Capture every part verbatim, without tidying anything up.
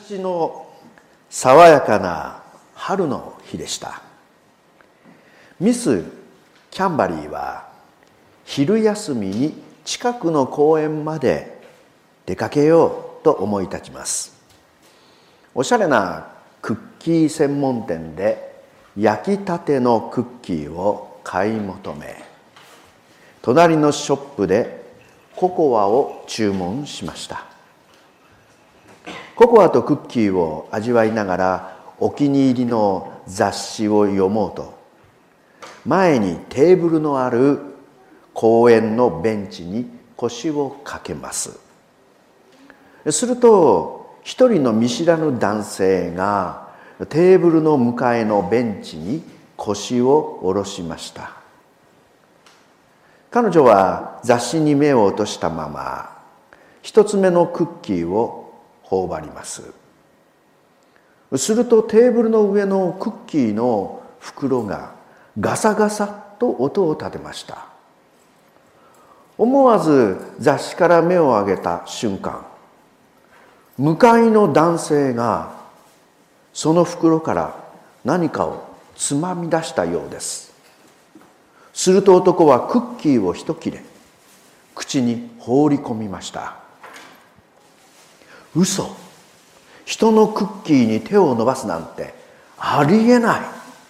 日の爽やかな春の日でした。ミス・キャンバリーは昼休みに近くの公園まで出かけようと思い立ちます。おしゃれなクッキー専門店で焼きたてのクッキーを買い求め、隣のショップでココアを注文しました。ココアとクッキーを味わいながらお気に入りの雑誌を読もうと、前にテーブルのある公園のベンチに腰を掛けます。すると一人の見知らぬ男性がテーブルの向かいのベンチに腰を下ろしました。彼女は雑誌に目を落としたまま一つ目のクッキーを頬張ります。するとテーブルの上のクッキーの袋がガサガサと音を立てました。思わず雑誌から目を上げた瞬間、向かいの男性がその袋から何かをつまみ出したようです。すると男はクッキーを一切れ口に放り込みました。嘘、人のクッキーに手を伸ばすなんてありえない。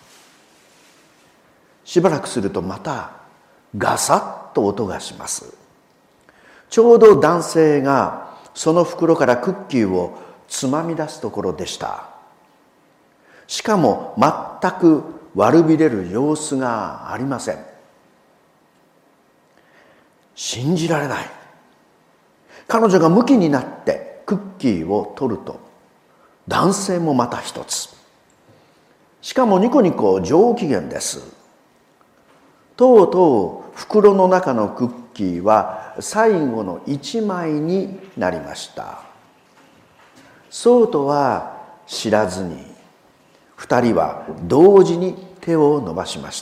しばらくするとまたガサッと音がします。ちょうど男性がその袋からクッキーをつまみ出すところでした。しかも全く悪びれる様子がありません。信じられない。彼女がムキになってクッキーを取ると、男性もまた一つ。しかもニコニコ上機嫌です。とうとう袋の中のクッキーは最後の一枚になりました。そうとは知らずに二人は同時に手を伸ばしました。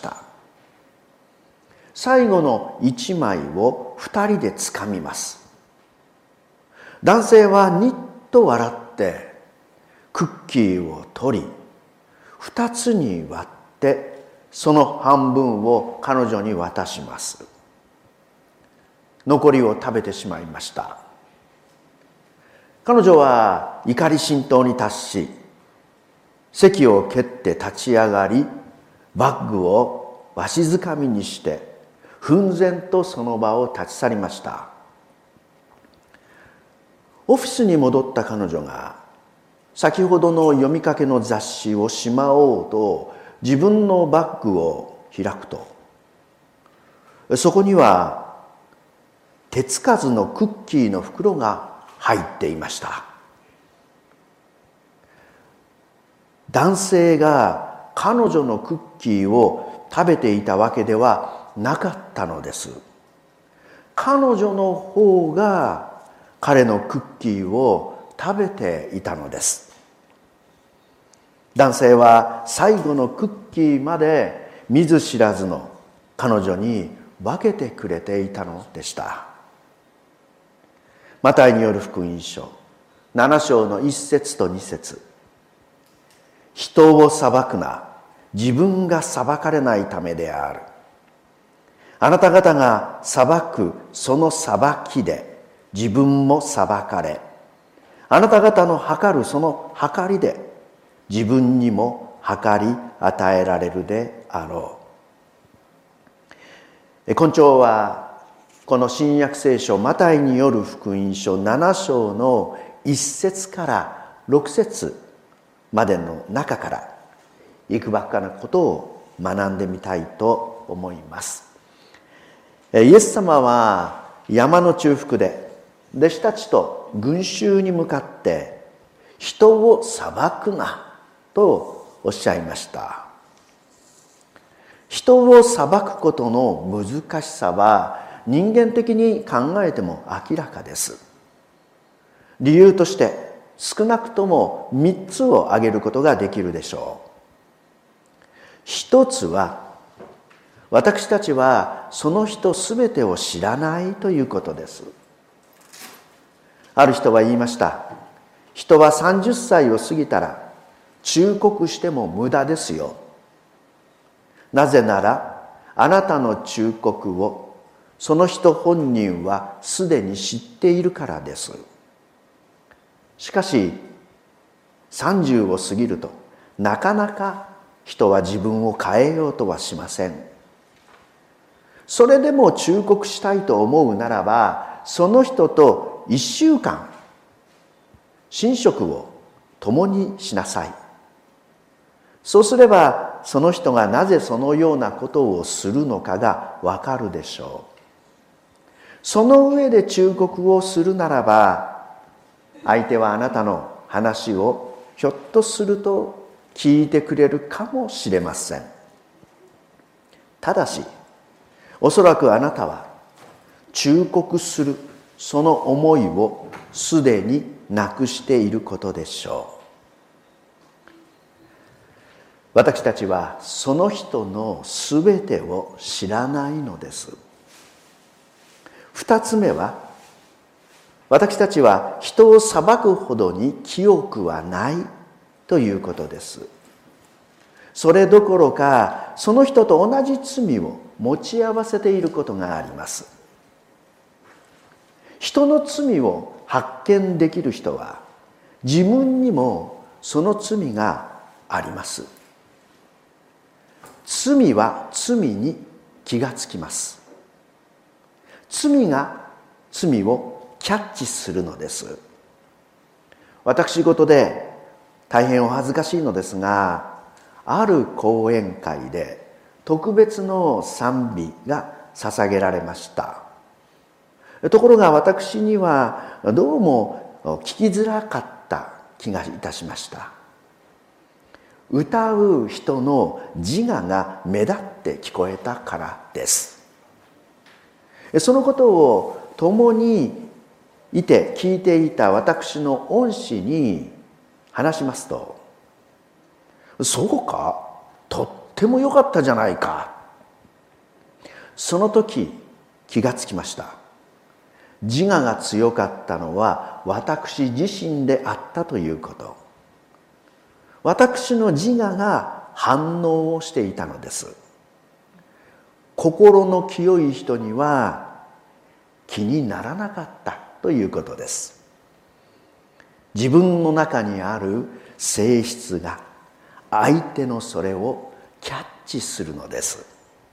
最後の一枚を二人でつかみます。男性はにっと笑ってクッキーを取り、二つに割ってその半分を彼女に渡します。残りを食べてしまいました。彼女は怒り心頭に達し、席を蹴って立ち上がり、バッグをわしづかみにして憤然とその場を立ち去りました。オフィスに戻った彼女が先ほどの読みかけの雑誌をしまおうと自分のバッグを開くと、そこには手つかずのクッキーの袋が入っていました。男性が彼女のクッキーを食べていたわけではなかったのです。彼女の方が彼のクッキーを食べていたのです。男性は最後のクッキーまで見ず知らずの彼女に分けてくれていたのでした。マタイによる福音書なな章のいっ節とに節。人を裁くな、自分が裁かれないためである。あなた方が裁くその裁きで自分も裁かれ、あなた方の測るその測りで自分にも測り与えられるであろう。今朝はこの新約聖書マタイによる福音書なな章のいっ節からろく節までの中からいくばくかなことを学んでみたいと思います。イエス様は山の中腹で弟子たちと群衆に向かって人を裁くなとおっしゃいました。人を裁くことの難しさは人間的に考えても明らかです。理由として少なくともみっつを挙げることができるでしょう。一つは、私たちはその人すべてを知らないということです。ある人は言いました。 人はさんじゅっさいを過ぎたら忠告しても無駄ですよ。なぜならあなたの忠告をその人本人はすでに知っているからです。しかしさんじゅうを過ぎるとなかなか人は自分を変えようとはしません。それでも忠告したいと思うならば、その人といっしゅうかん寝食を共にしなさい。そうすればその人がなぜそのようなことをするのかがわかるでしょう。その上で忠告をするならば、相手はあなたの話をひょっとすると聞いてくれるかもしれません。ただしおそらくあなたは忠告するその思いをすでになくしていることでしょう。私たちはその人のすべてを知らないのです。二つ目は、私たちは人を裁くほどに清くはないということです。それどころか、その人と同じ罪を持ち合わせていることがあります。人の罪を発見できる人は、自分にもその罪があります。罪は罪に気がつきます。罪が罪をキャッチするのです。私事で大変お恥ずかしいのですが、ある講演会で特別の賛美が捧げられました。ところが私にはどうも聞きづらかった気がいたしました。歌う人の自我が目立って聞こえたからです。そのことを共にいて聞いていた私の恩師に話しますと、そうか、とっても良かったじゃないか。その時気がつきました。自我が強かったのは私自身であったということ。私の自我が反応をしていたのです。心の清い人には気にならなかったということです。自分の中にある性質が相手のそれをキャッチするのです。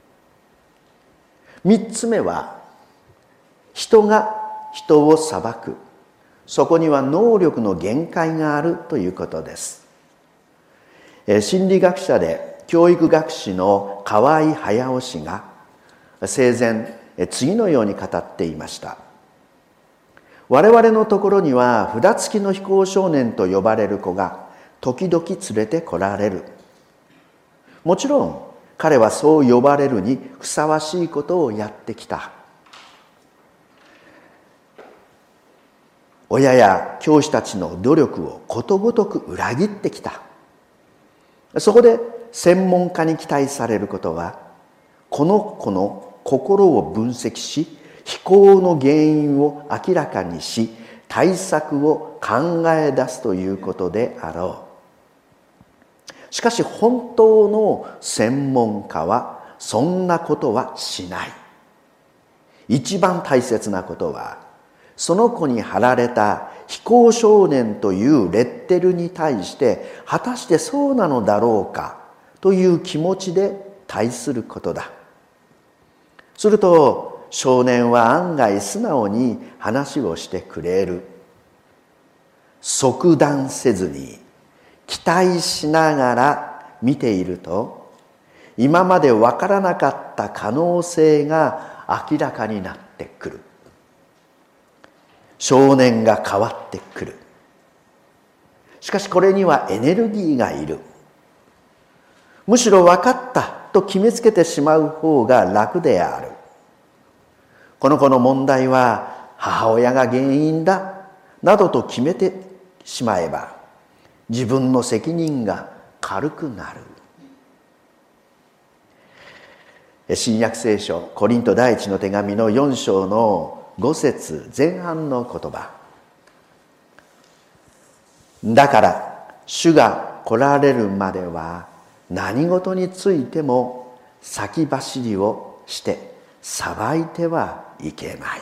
三つ目は、人が人を裁く。そこには能力の限界があるということです。心理学者で教育学士の河合駿氏が生前次のように語っていました。我々のところには札付きの非行少年と呼ばれる子が時々連れてこられる。もちろん彼はそう呼ばれるにふさわしいことをやってきた。親や教師たちの努力をことごとく裏切ってきた。そこで専門家に期待されることは、この子の心を分析し、非行の原因を明らかにし、対策を考え出すということであろう。しかし本当の専門家はそんなことはしない。一番大切なことは、その子に貼られた非行少年というレッテルに対して果たしてそうなのだろうかという気持ちで対することだ。すると少年は案外素直に話をしてくれる。即断せずに期待しながら見ていると、今までわからなかった可能性が明らかになってくる。少年が変わってくる。しかしこれにはエネルギーがいる。むしろ分かったと決めつけてしまう方が楽である。この子の問題は母親が原因だなどと決めてしまえば、自分の責任が軽くなる。新約聖書コリント第一の手紙のよん章のご節前半の言葉。 だから主が来られるまでは何事についても先走りをして裁いてはいけない。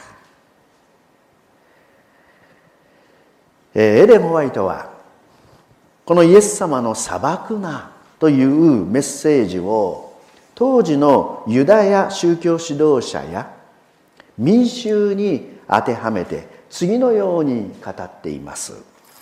エレン・ホワイトはこのイエス様の裁くなというメッセージを当時のユダヤ宗教指導者や民衆に当てはめて次のように語っています。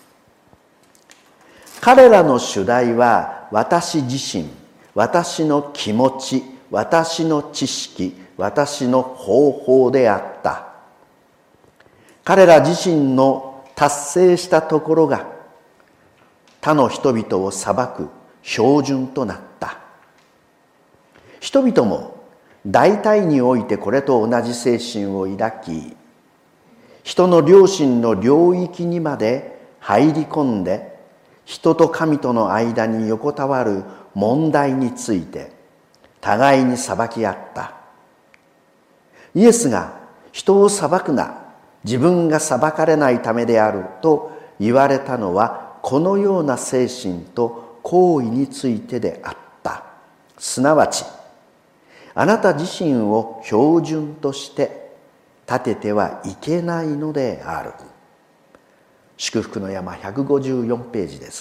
彼らの主題は私自身、私の気持ち、私の知識、私の方法であった。彼ら自身の達成したところが他の人々を裁く標準となった。人々も大体においてこれと同じ精神を抱き、人の良心の領域にまで入り込んで、人と神との間に横たわる問題について互いに裁き合った。イエスが人を裁くな、自分が裁かれないためであると言われたのはこのような精神と行為についてであった。すなわちあなた自身を標準として立ててはいけないのである。祝福の山ひゃくごじゅうよんページです。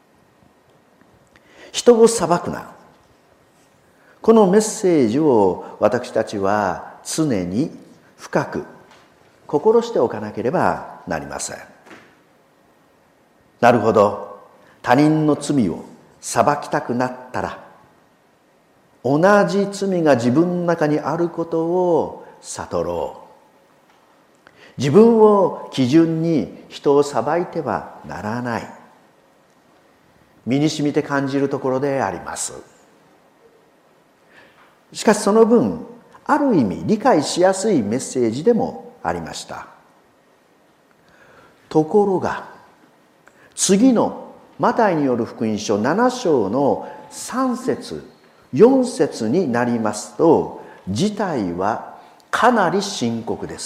人を裁くな、このメッセージを私たちは常に深く心しておかなければなりません。なるほど、他人の罪を裁きたくなったら同じ罪が自分の中にあることを悟ろう。自分を基準に人を裁いてはならない。身に染みて感じるところであります。しかしその分、ある意味理解しやすいメッセージでもありました。ところが、次のマタイによる福音書なな章のさん節、よん節になりますと、事態はかなり深刻です。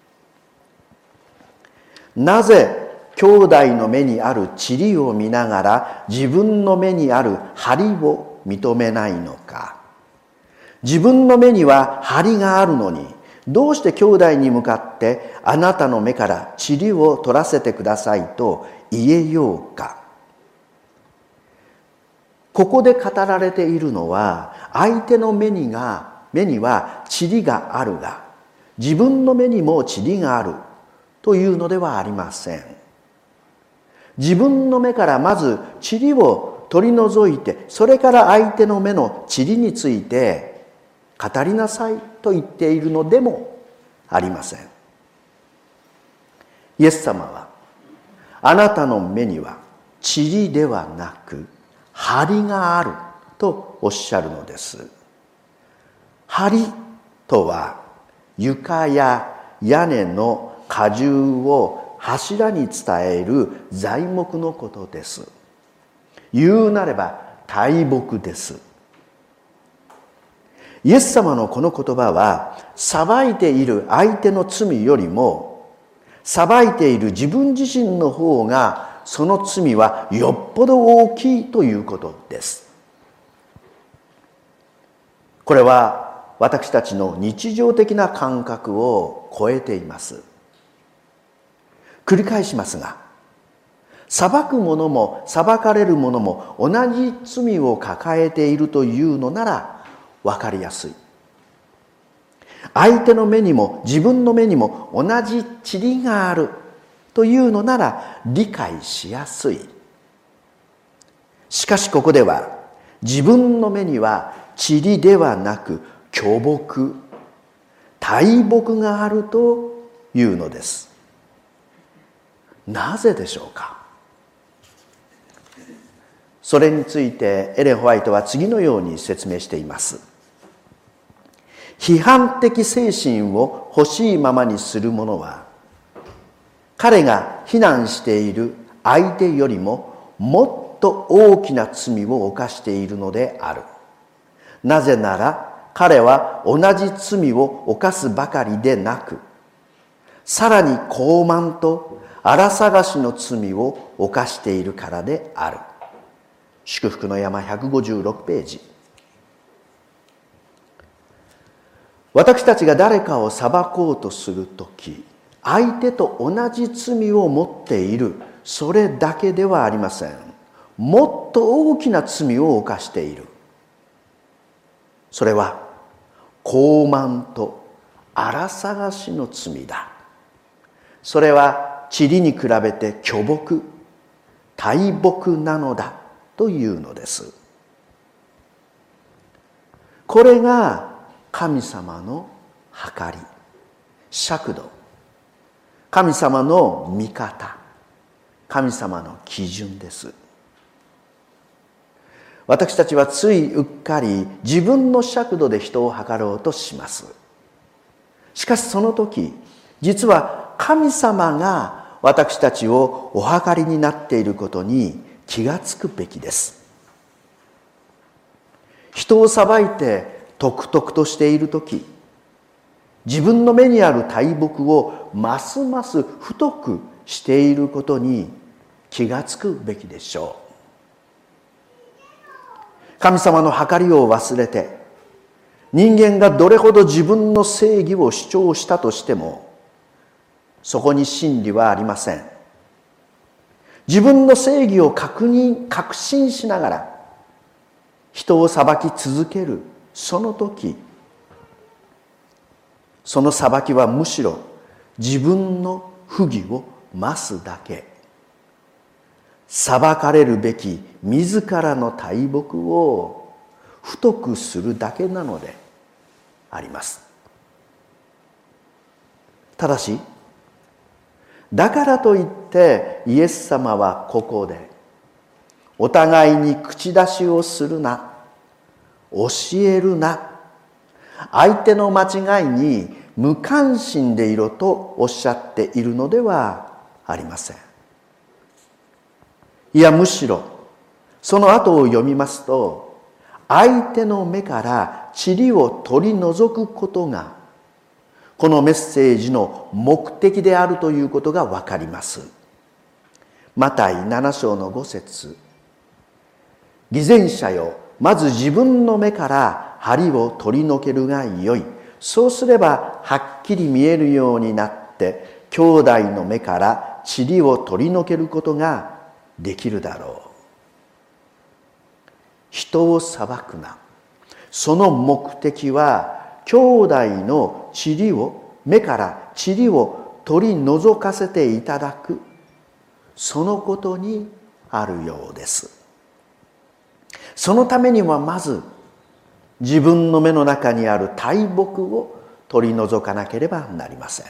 なぜ兄弟の目にある塵を見ながら自分の目にある針を認めないのか。自分の目には針があるのに、どうして兄弟に向かってあなたの目から塵を取らせてくださいと言えようか。ここで語られているのは、相手の目にが目には塵があるが自分の目にも塵があるというのではありません。自分の目からまず塵を取り除いて、それから相手の目の塵について語りなさいと言っているのでもありません。イエス様は、あなたの目には塵ではなく針があるとおっしゃるのです。針とは床や屋根の荷重を柱に伝える材木のことです。言うなれば大木です。イエス様のこの言葉は、裁いている相手の罪よりも裁いている自分自身の方がその罪はよっぽど大きいということです。これは私たちの日常的な感覚を超えています。繰り返しますが、裁く者も裁かれる者も同じ罪を抱えているというのなら分かりやすい。相手の目にも自分の目にも同じ塵があるというのなら理解しやすい。しかしここでは、自分の目には塵ではなく巨木、大木があるというのです。なぜでしょうか。それについてエレン・ホワイトは次のように説明しています。批判的精神を欲しいままにする者は、彼が非難している相手よりももっと大きな罪を犯しているのである。なぜなら彼は同じ罪を犯すばかりでなく、さらに高慢と荒探しの罪を犯しているからである。祝福の山ひゃくごじゅうろくページ。私たちが誰かを裁こうとするとき、相手と同じ罪を持っている、それだけではありません。もっと大きな罪を犯している。それは傲慢と荒探しの罪だ。それは塵に比べて巨木、大木なのだというのです。これが神様の計り、尺度、神様の見方、神様の基準です。私たちはついうっかり自分の尺度で人を測ろうとします。しかしその時、実は神様が私たちをお測りになっていることに気がつくべきです。人を裁いてとくとくとしている時、自分の目にある大木をますます太くしていることに気がつくべきでしょう。神様の計りを忘れて、人間がどれほど自分の正義を主張したとしても、そこに真理はありません。自分の正義を確認、確信しながら、人を裁き続けるその時、その裁きはむしろ自分の不義を増すだけ。裁かれるべき自らの大木を太くするだけなのであります。ただし、だからといってイエス様はここでお互いに口出しをするな、教えるな、相手の間違いに無関心でいろとおっしゃっているのではありません。いや、むしろその後を読みますと、相手の目から塵を取り除くことがこのメッセージの目的であるということがわかります。マタイなな章のご節、偽善者よ、まず自分の目から針を取り除けるがよい。そうすればはっきり見えるようになって兄弟の目から塵を取り除けることができるだろう。人を裁くな。その目的は兄弟の塵を、目から塵を取り除かせていただく、そのことにあるようです。そのためにはまず自分の目の中にある大木を取り除かなければなりません。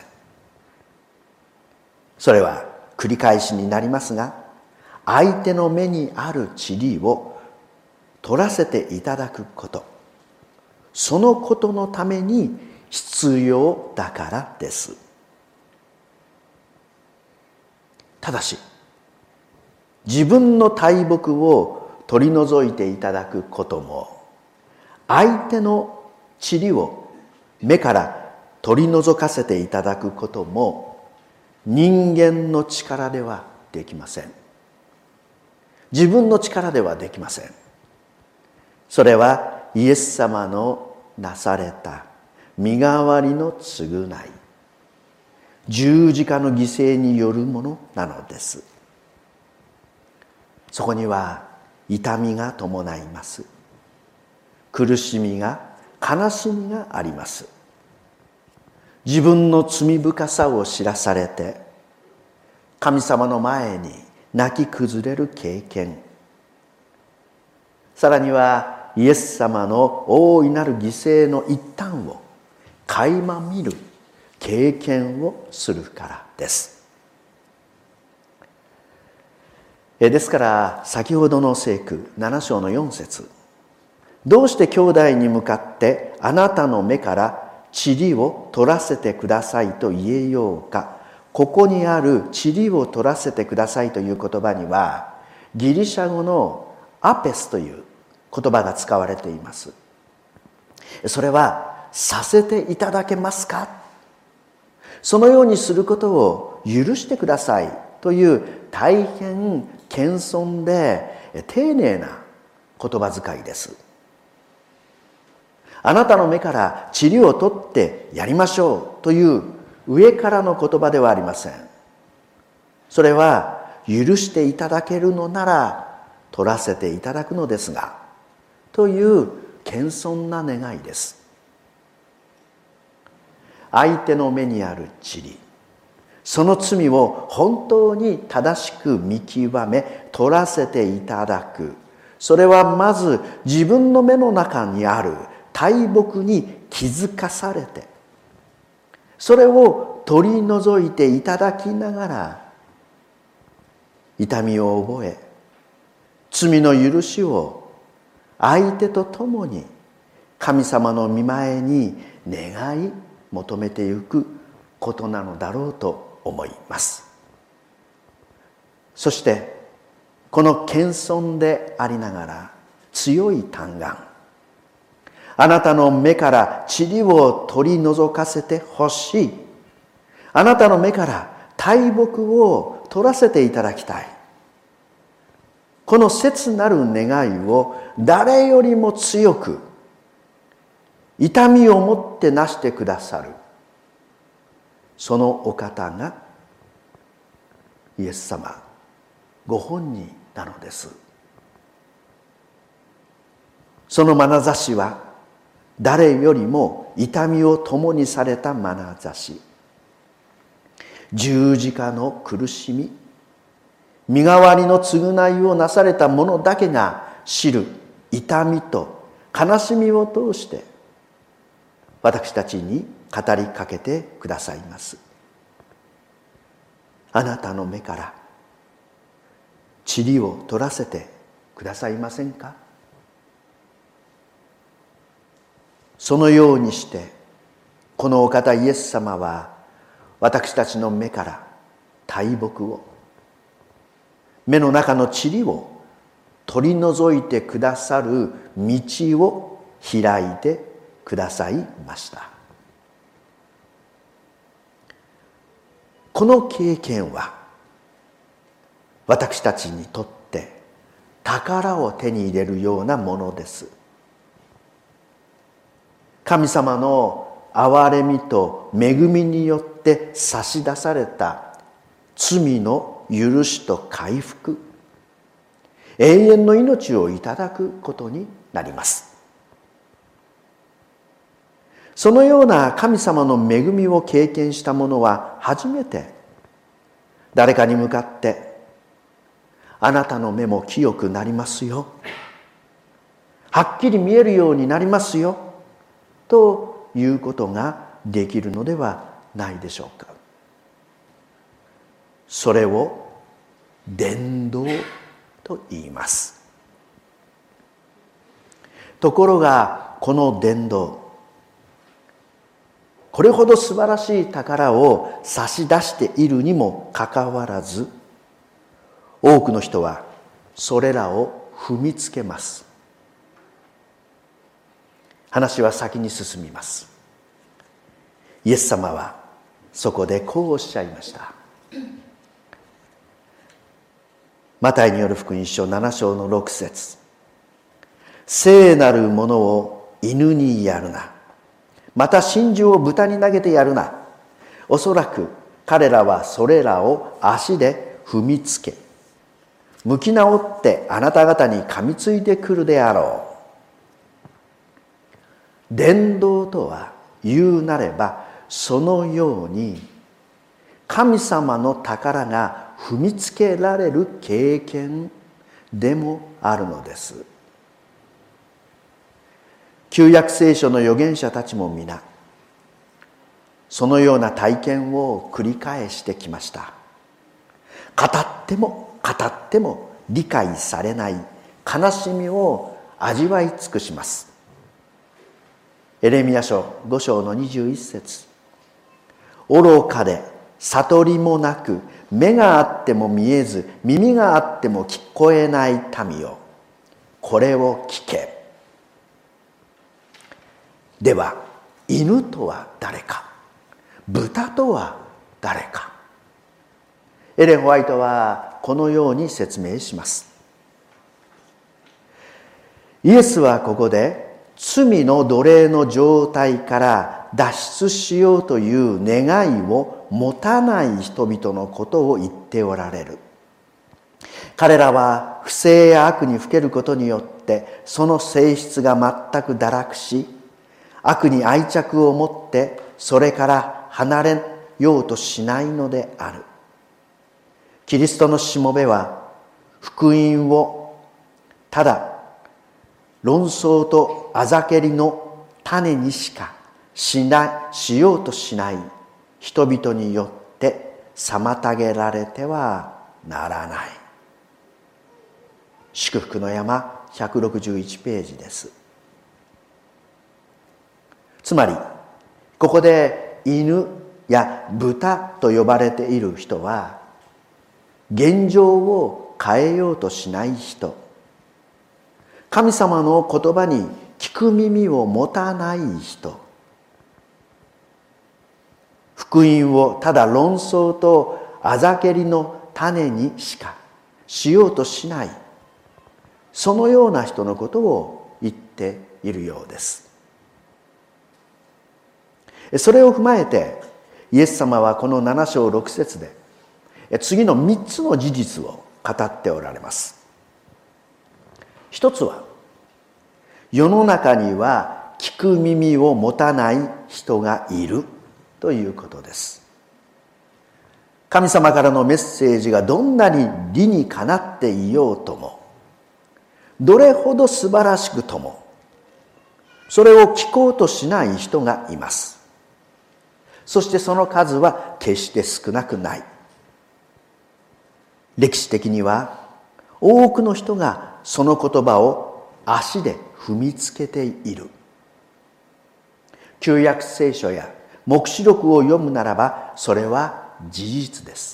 それは繰り返しになりますが、相手の目にある塵を取らせていただくこと、そのことのために必要だからです。ただし、自分の大木を取り除いていただくことも、相手の塵を目から取り除かせていただくことも、人間の力ではできません。自分の力ではできません。それはイエス様のなされた身代わりの償い、十字架の犠牲によるものなのです。そこには痛みが伴います。苦しみが、悲しみがあります。自分の罪深さを知らされて、神様の前に泣き崩れる経験、さらにはイエス様の大いなる犠牲の一端を垣間見る経験をするからです。ですから先ほどの聖句なな章のよん節、どうして兄弟に向かってあなたの目から塵を取らせてくださいと言えようか。ここにある塵を取らせてくださいという言葉にはギリシャ語のアペスという言葉が使われています。それはさせていただけますか、そのようにすることを許してくださいという大変謙遜で丁寧な言葉遣いです。あなたの目から塵を取ってやりましょうという上からの言葉ではありません。それは許していただけるのなら取らせていただくのですがという謙遜な願いです。相手の目にある塵、その罪を本当に正しく見極め取らせていただく、それはまず自分の目の中にある大木に気づかされて、それを取り除いていただきながら痛みを覚え、罪の許しを相手と共に神様の御前に願い求めていくことなのだろうと思います。そしてこの謙遜でありながら強い嘆願、あなたの目から塵を取り除かせてほしい、あなたの目から大木を取らせていただきたい、この切なる願いを誰よりも強く痛みをもってなしてくださる、そのお方がイエス様ご本人なのです。その眼差しは誰よりも痛みを共にされた眼差し、十字架の苦しみ、身代わりの償いをなされた者だけが知る痛みと悲しみを通して私たちに語りかけてくださいます。あなたの目から塵を取らせてくださいませんか。そのようにしてこのお方イエス様は私たちの目から大木を、目の中の塵を取り除いてくださる道を開いてくださいました。この経験は私たちにとって宝を手に入れるようなものです。神様の憐れみと恵みによって差し出された罪の許しと回復、永遠の命をいただくことになります。そのような神様の恵みを経験した者は初めて誰かに向かって、あなたの目も清くなりますよ、はっきり見えるようになりますよということができるのではないでしょうか。それを伝道と言います。ところがこの伝道、これほど素晴らしい宝を差し出しているにもかかわらず、多くの人はそれらを踏みつけます。話は先に進みます。イエス様はそこでこうおっしゃいました。マタイによる福音書なな章のろく節、聖なるものを犬にやるな、また真珠を豚に投げてやるな、おそらく彼らはそれらを足で踏みつけ、向き直ってあなた方に噛みついてくるであろう。伝道とは言うなればそのように神様の宝が踏みつけられる経験でもあるのです。旧約聖書の預言者たちも皆そのような体験を繰り返してきました。語っても語っても理解されない悲しみを味わい尽くします。エレミヤ書ご章のにじゅういち節、愚かで悟りもなく、目があっても見えず耳があっても聞こえない民よ、これを聞け。では犬とは誰か、豚とは誰か。 エレン・ホワイトはこのように説明します。イエスはここで罪の奴隷の状態から脱出しようという願いを持たない人々のことを言っておられる。彼らは不正や悪にふけることによってその性質が全く堕落し、悪に愛着を持ってそれから離れようとしないのである。キリストのしもべは福音をただ論争とあざけりの種にしかしないしようとしない人々によって妨げられてはならない。祝福の山ひゃくろくじゅういちページです。つまりここで犬や豚と呼ばれている人は現状を変えようとしない人、神様の言葉に聞く耳を持たない人、福音をただ論争とあざけりの種にしかしようとしない、そのような人のことを言っているようです。それを踏まえてイエス様はこのなな章ろく節で次のみっつの事実を語っておられます。一つは、世の中には聞く耳を持たない人がいるということです。神様からのメッセージがどんなに理にかなっていようとも、どれほど素晴らしくとも、それを聞こうとしない人がいます。そしてその数は決して少なくない。歴史的には多くの人がその言葉を足で踏みつけている。旧約聖書や黙示録を読むならばそれは事実です。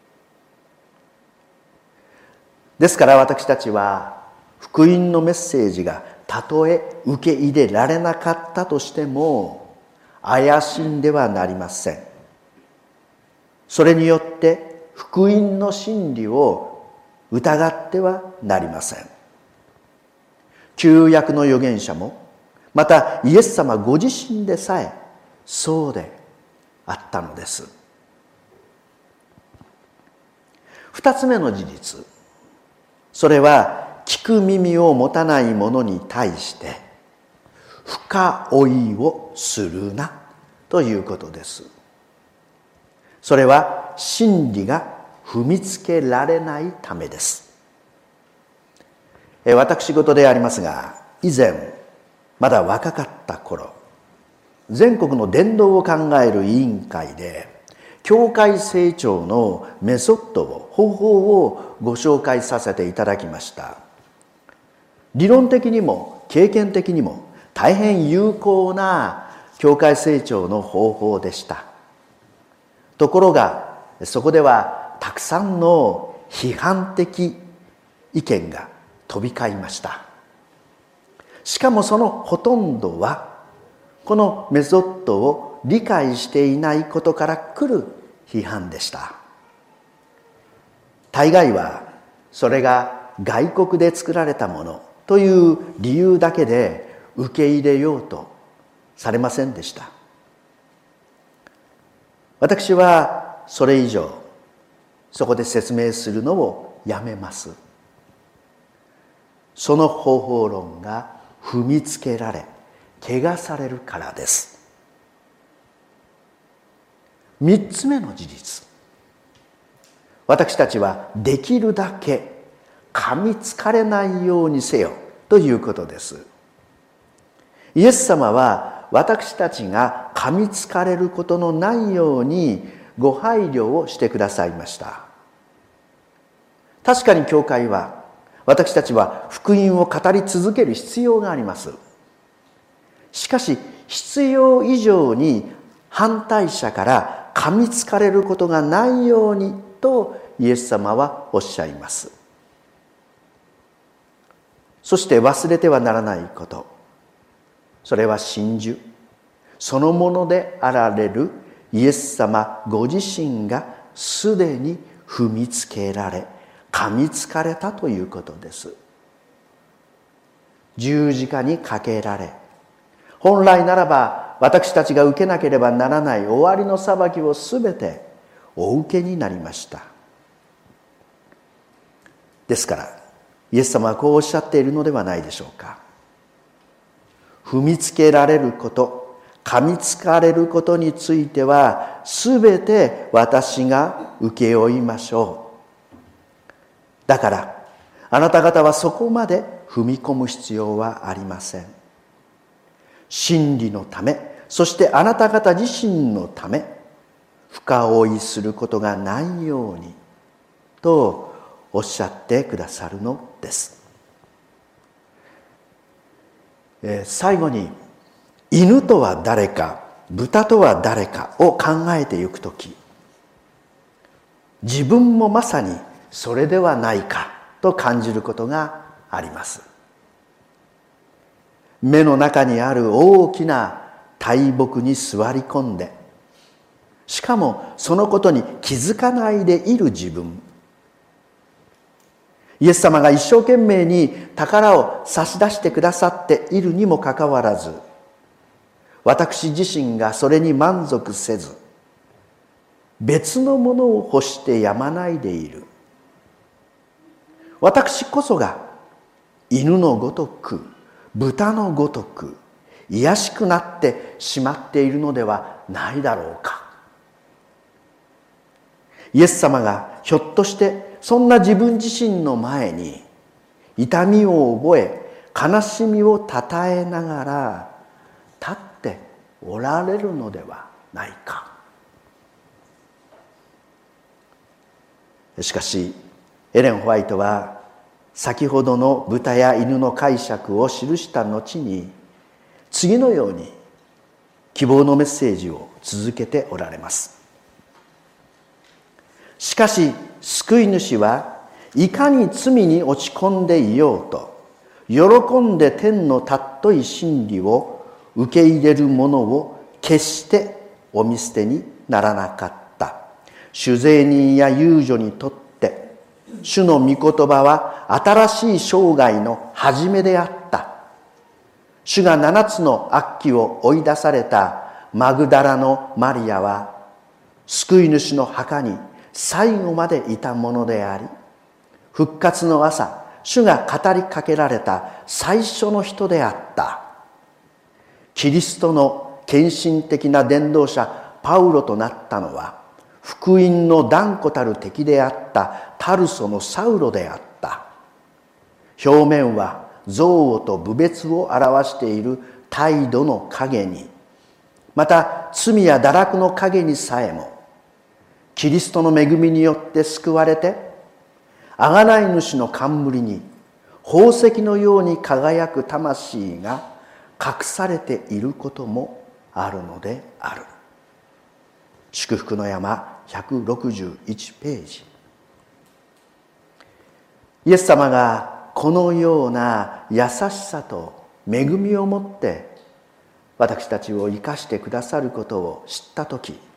ですから私たちは福音のメッセージがたとえ受け入れられなかったとしても怪しんではなりません。それによって福音の真理を疑ってはなりません。旧約の預言者もまたイエス様ご自身でさえそうであったのです。二つ目の事実、それは聞く耳を持たない者に対して深追いをするなということです。それは真理が踏みつけられないためです。私事でありますが、以前まだ若かった頃、全国の伝道を考える委員会で教会成長のメソッドを方法をご紹介させていただきました。理論的にも経験的にも大変有効な教会成長の方法でした。ところがそこではたくさんの批判的意見が飛び交いました。しかもそのほとんどはこのメソッドを理解していないことから来る批判でした。大概はそれが外国で作られたものという理由だけで受け入れようとされませんでした。私はそれ以上そこで説明するのをやめます。その方法論が踏みつけられ汚されるからです。三つ目の事実、私たちはできるだけ噛みつかれないようにせよということです。イエス様は私たちが噛みつかれることのないようにご配慮をしてくださいました。確かに教会は、私たちは福音を語り続ける必要があります。しかし必要以上に反対者から噛みつかれることがないようにとイエス様はおっしゃいます。そして忘れてはならないこと、それは真珠そのものであられるイエス様ご自身がすでに踏みつけられ噛みつかれたということです。十字架にかけられ、本来ならば私たちが受けなければならない終わりの裁きをすべてお受けになりました。ですからイエス様はこうおっしゃっているのではないでしょうか。踏みつけられること、噛みつかれることについてはすべて私が請け負いましょう。だからあなた方はそこまで踏み込む必要はありません。真理のため、そしてあなた方自身のため、深追いすることがないようにとおっしゃってくださるのです。えー、最後に、犬とは誰か、豚とは誰かを考えていくとき、自分もまさにそれではないかと感じることがあります。目の中にある大きな大木に座り込んで、しかもそのことに気づかないでいる自分。イエス様が一生懸命に宝を差し出してくださっているにもかかわらず、私自身がそれに満足せず、別のものを欲してやまないでいる。私こそが犬のごとく、豚のごとく、卑しくなってしまっているのではないだろうか。イエス様がひょっとしてそんな自分自身の前に痛みを覚え、悲しみをたたえながら立っておられるのではないか。しかしエレン・ホワイトは先ほどの豚や犬の解釈を記した後に次のように希望のメッセージを続けておられます。しかし救い主はいかに罪に落ち込んでいようと喜んで天の尊い真理を受け入れる者を決してお見捨てにならなかった。主税人や遊女にとって主の御言葉は新しい生涯の始めであった。主が七つの悪鬼を追い出されたマグダラのマリアは救い主の墓に最後までいたものであり、復活の朝、主が語りかけられた最初の人であった。キリストの献身的な伝道者パウロとなったのは、福音の断固たる敵であったタルソのサウロであった。表面は憎悪と侮蔑を表している態度の影に、また罪や堕落の影にさえも、キリストの恵みによって救われて、贖い主の冠に宝石のように輝く魂が隠されていることもあるのである。祝福の山ひゃくろくじゅういちページ。イエス様がこのような優しさと恵みをもって私たちを生かしてくださることを知ったとき、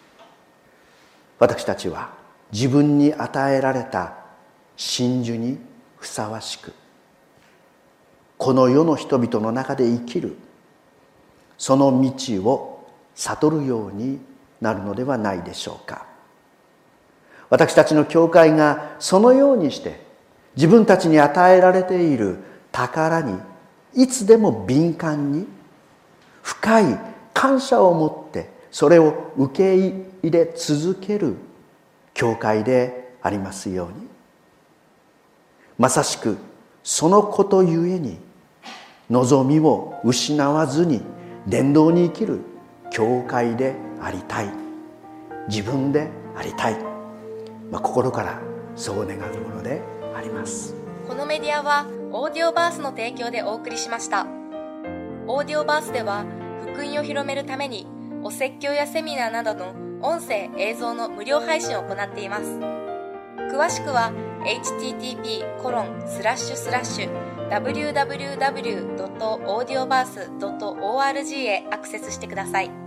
私たちは自分に与えられた真珠にふさわしく、この世の人々の中で生きるその道を悟るようになるのではないでしょうか。私たちの教会がそのようにして自分たちに与えられている宝にいつでも敏感に深い感謝を持ってそれを受け入れ続ける教会でありますように。まさしくそのことゆえに望みを失わずに伝道に生きる教会でありたい、自分でありたい、まあ、心からそう願うものであります。 このメディアはオーディオバースの提供でお送りしました。オーディオバースでは福音を広めるためにお説教やセミナーなどの音声映像の無料配信を行っています。詳しくは エイチティーティーピーコロンスラッシュスラッシュダブリューダブリューダブリュードットオーディオバースドットオーアールジー へアクセスしてください。